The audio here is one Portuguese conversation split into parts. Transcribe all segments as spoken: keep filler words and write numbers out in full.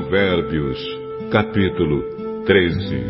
Provérbios, capítulo treze.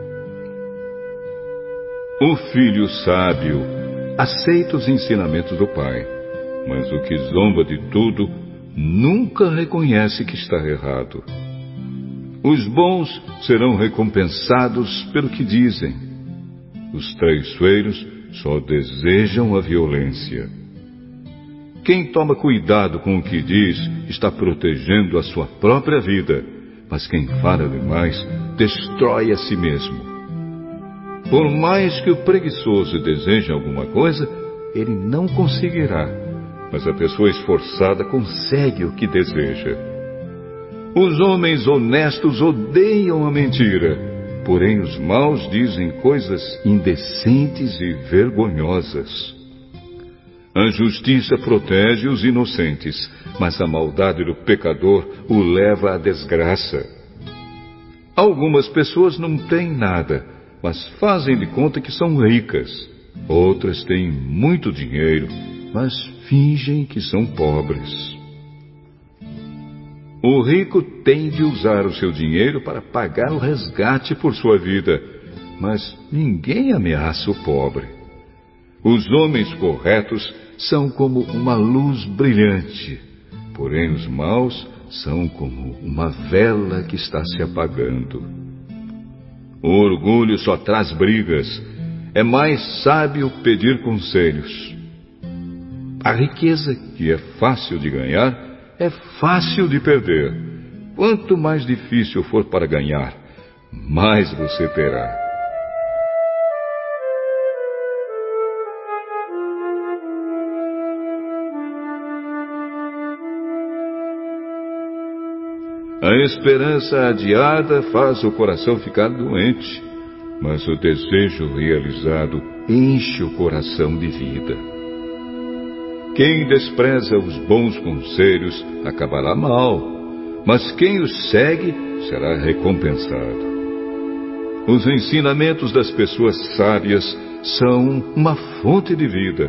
O filho sábio aceita os ensinamentos do pai, mas o que zomba de tudo nunca reconhece que está errado. Os bons serão recompensados pelo que dizem. Os traiçoeiros só desejam a violência. Quem toma cuidado com o que diz está protegendo a sua própria vida, mas quem fala demais destrói a si mesmo. Por mais que o preguiçoso deseje alguma coisa, ele não conseguirá, mas a pessoa esforçada consegue o que deseja. Os homens honestos odeiam a mentira, porém os maus dizem coisas indecentes e vergonhosas. A justiça protege os inocentes, mas a maldade do pecador o leva à desgraça. Algumas pessoas não têm nada, mas fazem de conta que são ricas. Outras têm muito dinheiro, mas fingem que são pobres. O rico tem de usar o seu dinheiro para pagar o resgate por sua vida, mas ninguém ameaça o pobre. Os homens corretos são como uma luz brilhante, porém os maus são como uma vela que está se apagando. O orgulho só traz brigas. É mais sábio pedir conselhos. A riqueza, que é fácil de ganhar, é fácil de perder. Quanto mais difícil for para ganhar, mais você terá. A esperança adiada faz o coração ficar doente, mas o desejo realizado enche o coração de vida. Quem despreza os bons conselhos acabará mal, mas quem os segue será recompensado. Os ensinamentos das pessoas sábias são uma fonte de vida.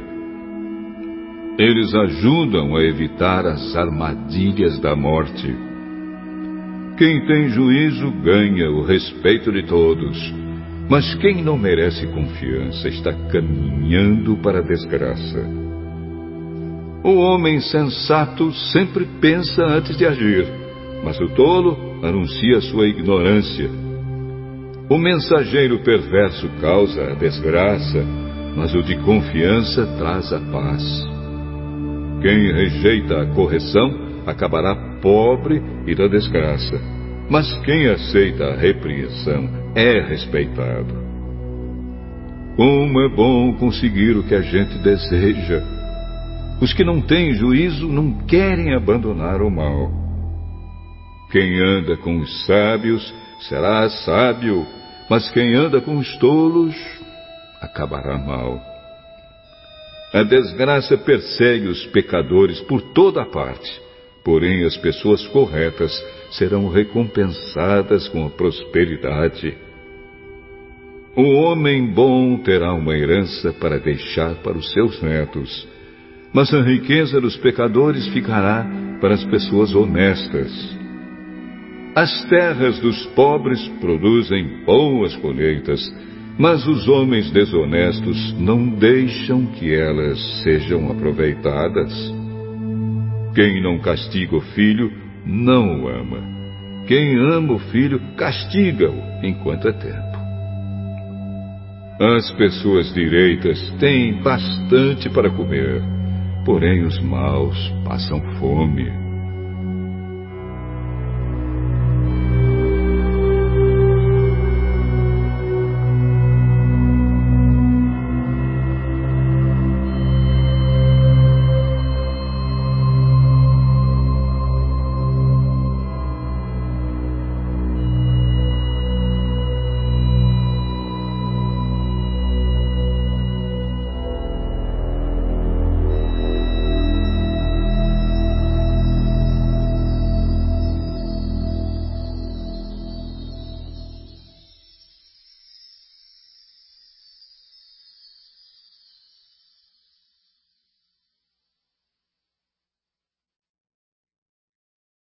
Eles ajudam a evitar as armadilhas da morte. Quem tem juízo ganha o respeito de todos, mas quem não merece confiança está caminhando para a desgraça. O homem sensato sempre pensa antes de agir, mas o tolo anuncia sua ignorância. O mensageiro perverso causa a desgraça, mas o de confiança traz a paz. Quem rejeita a correção acabará pobre e da desgraça, mas quem aceita a repreensão é respeitado. Como é bom conseguir o que a gente deseja. Os que não têm juízo não querem abandonar o mal. Quem anda com os sábios será sábio, mas quem anda com os tolos acabará mal. A desgraça persegue os pecadores por toda a parte, porém as pessoas corretas serão recompensadas com a prosperidade. O homem bom terá uma herança para deixar para os seus netos, mas a riqueza dos pecadores ficará para as pessoas honestas. As terras dos pobres produzem boas colheitas, mas os homens desonestos não deixam que elas sejam aproveitadas. Quem não castiga o filho, não o ama. Quem ama o filho, castiga-o enquanto é tempo. As pessoas direitas têm bastante para comer, porém os maus passam fome.